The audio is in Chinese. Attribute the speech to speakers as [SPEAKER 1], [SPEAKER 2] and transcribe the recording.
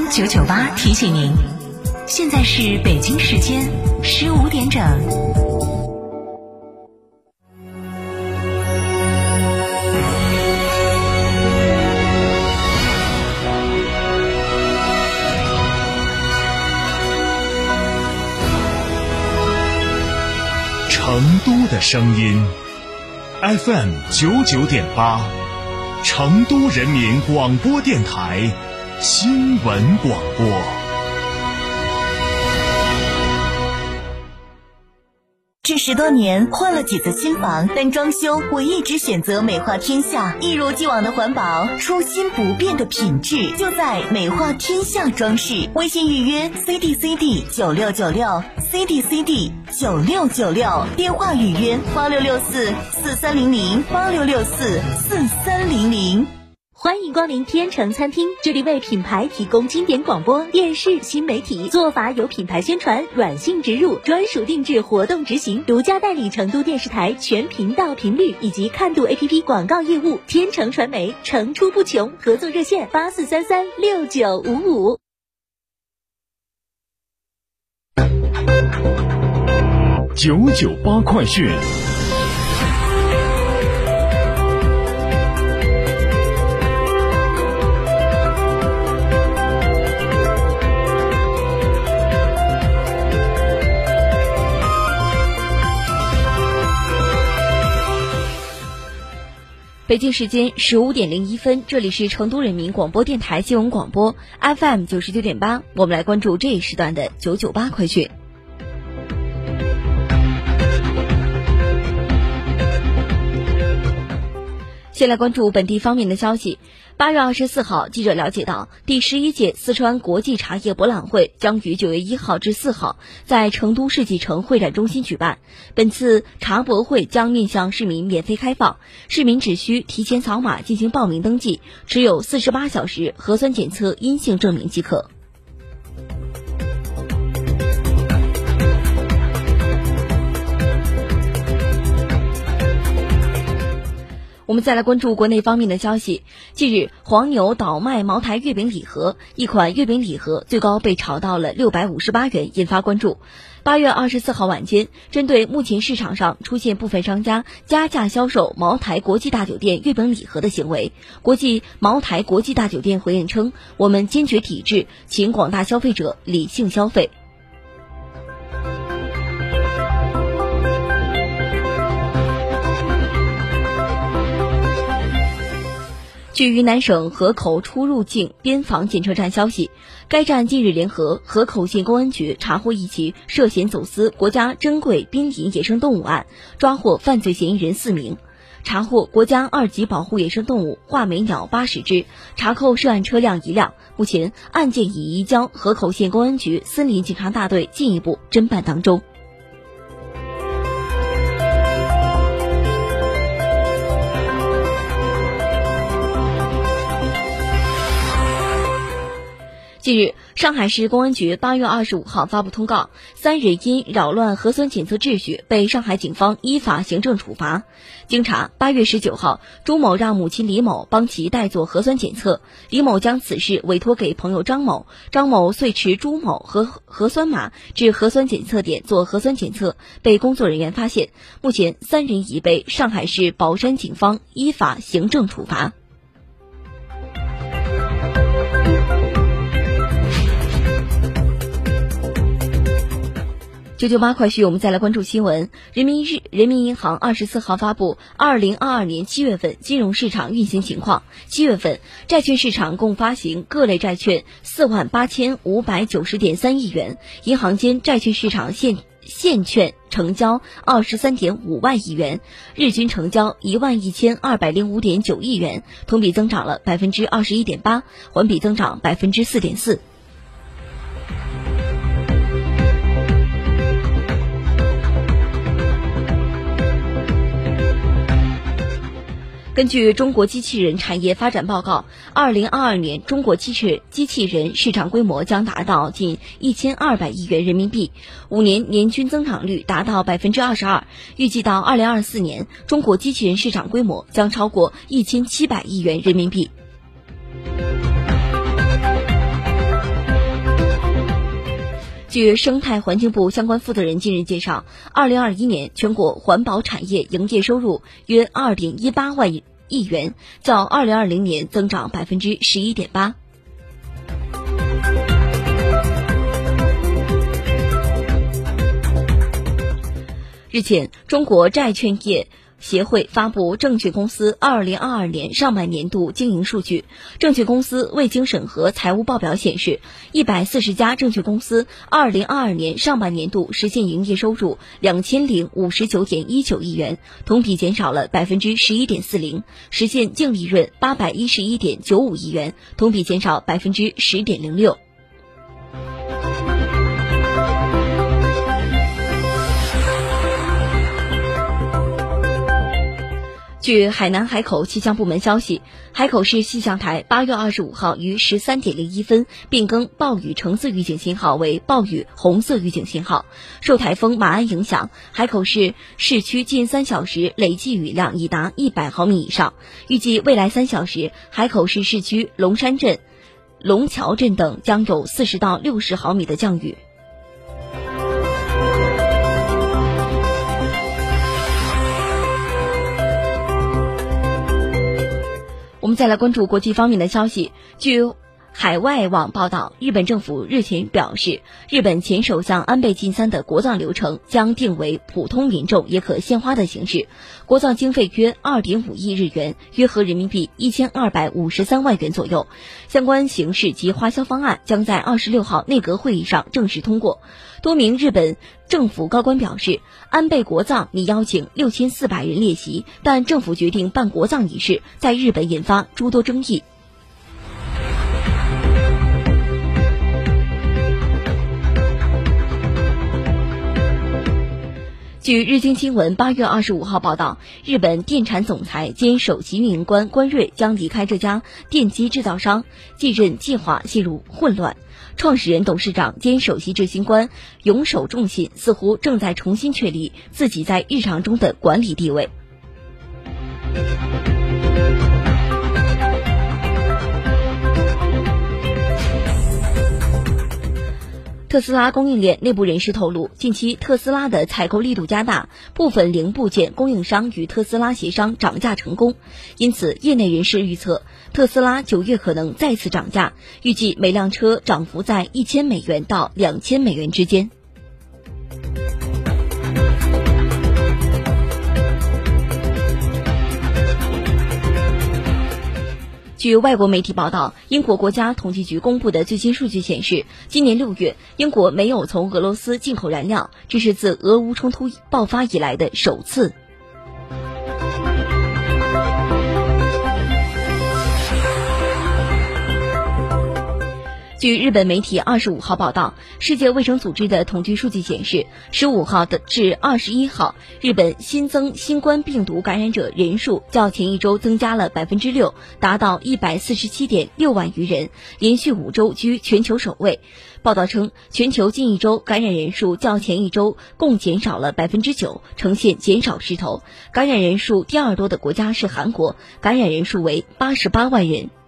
[SPEAKER 1] FM998提醒您，现在是北京时间15点整。
[SPEAKER 2] 成都的声音 FM99.8，成都人民广播电台新闻广播。
[SPEAKER 3] 这10多年换了几次新房，但装修我一直选择美化天下，一如既往的环保，初心不变的品质，就在美化天下装饰。微信预约 CDCD9696 CDCD9696，电话预约86644300 86644300。
[SPEAKER 4] 欢迎光临天成餐厅，这里为品牌提供经典广播电视新媒体做法，有品牌宣传、软性植入、专属定制活动执行，独家代理成都电视台全频道频率以及看度 APP 广告业务。天成传媒层出不穷，合作热线84336955。
[SPEAKER 2] 998快讯。
[SPEAKER 5] 北京时间15点01分，这里是成都人民广播电台新闻广播 FM99.8，我们来关注这一时段的998快讯。先来关注本地方面的消息。8月24号，记者了解到，第11届四川国际茶叶博览会将于9月1号至4号在成都世纪城会展中心举办。本次茶博会将面向市民免费开放，市民只需提前扫码进行报名登记，持有48小时核酸检测阴性证明即可。我们再来关注国内方面的消息。近日，黄牛倒卖茅台月饼礼盒，一款月饼礼盒最高被炒到了658元，引发关注。8月24号晚间，针对目前市场上出现部分商家加价销售茅台国际大酒店月饼礼盒的行为，茅台国际大酒店回应称，我们坚决抵制，请广大消费者理性消费。据云南省河口出入境边防检测站消息，该站近日联合河口县公安局查获一起涉嫌走私国家珍贵濒临野生动物案，抓获犯罪嫌疑人4名，查获国家2级保护野生动物画眉鸟80只，查扣涉案车辆1辆。目前案件已移交河口县公安局森林警察大队进一步侦办当中。近日，上海市公安局8月25号发布通告，3人因扰乱核酸检测秩序被上海警方依法行政处罚。经查，8月19号，朱某让母亲李某帮其代做核酸检测，李某将此事委托给朋友张某，张某遂持朱某和核酸码至核酸检测点做核酸检测，被工作人员发现。目前3人已被上海市宝山警方依法行政处罚。998快讯，我们再来关注新闻。人民银行24号发布2022年7月份金融市场运行情况。7月份，债券市场共发行各类债券48590.3亿元，银行间债券市场现券成交23.5万亿元，日均成交11205.9亿元，同比增长了21.8%，环比增长4.4%。根据中国机器人产业发展报告，2022年中国机器人市场规模将达到近1200亿元人民币，5年年均增长率达到22%。预计到2024年，中国机器人市场规模将超过1700亿元人民币。 据生态环境部相关负责人近日介绍，2021年全国环保产业营业收入约2.18万亿元，较2020年增长11.8%。日前，中国债券业协会发布证券公司2022年上半年度经营数据，证券公司未经审核财务报表显示，140家证券公司2022年上半年度实现营业收入2059.19亿元，同比减少了11.40%，实现净利润811.95亿元，同比减少10.06%。据海南海口气象部门消息，海口市气象台8月25号于13点01分变更暴雨橙色预警信号为暴雨红色预警信号。受台风马鞍影响，海口市市区近3小时累计雨量已达100毫米以上。预计未来3小时，海口市市区龙山镇、龙桥镇等将有40到60毫米的降雨。我们再来关注国际方面的消息。据海外网报道，日本政府日前表示，日本前首相安倍晋三的国葬流程将定为普通民众也可献花的形式，国葬经费约2.5亿日元，约合人民币1253万元左右。相关形式及花销方案将在26号内阁会议上正式通过。多名日本政府高官表示，安倍国葬拟邀请6400人列席，但政府决定办国葬仪式在日本引发诸多争议。据日经新闻8月25号报道，日本电产总裁兼首席运营官关瑞将离开这家电机制造商，继任计划陷入混乱。创始人、董事长兼首席执行官永守重信似乎正在重新确立自己在日常中的管理地位。特斯拉供应链内部人士透露，近期特斯拉的采购力度加大，部分零部件供应商与特斯拉协商涨价成功。因此，业内人士预测，特斯拉9月可能再次涨价，预计每辆车涨幅在$1000到$2000之间。据外国媒体报道，英国国家统计局公布的最新数据显示，今年6月，英国没有从俄罗斯进口燃料，这是自俄乌冲突爆发以来的首次。据日本媒体25号报道，世界卫生组织的统计数据显示，15号至21号，日本新增新冠病毒感染者人数较前一周增加了6%，达到147.6万余人，连续5周居全球首位。报道称，全球近一周感染人数较前一周共减少了9%，呈现减少势头。感染人数第2多的国家是韩国，感染人数为88万人。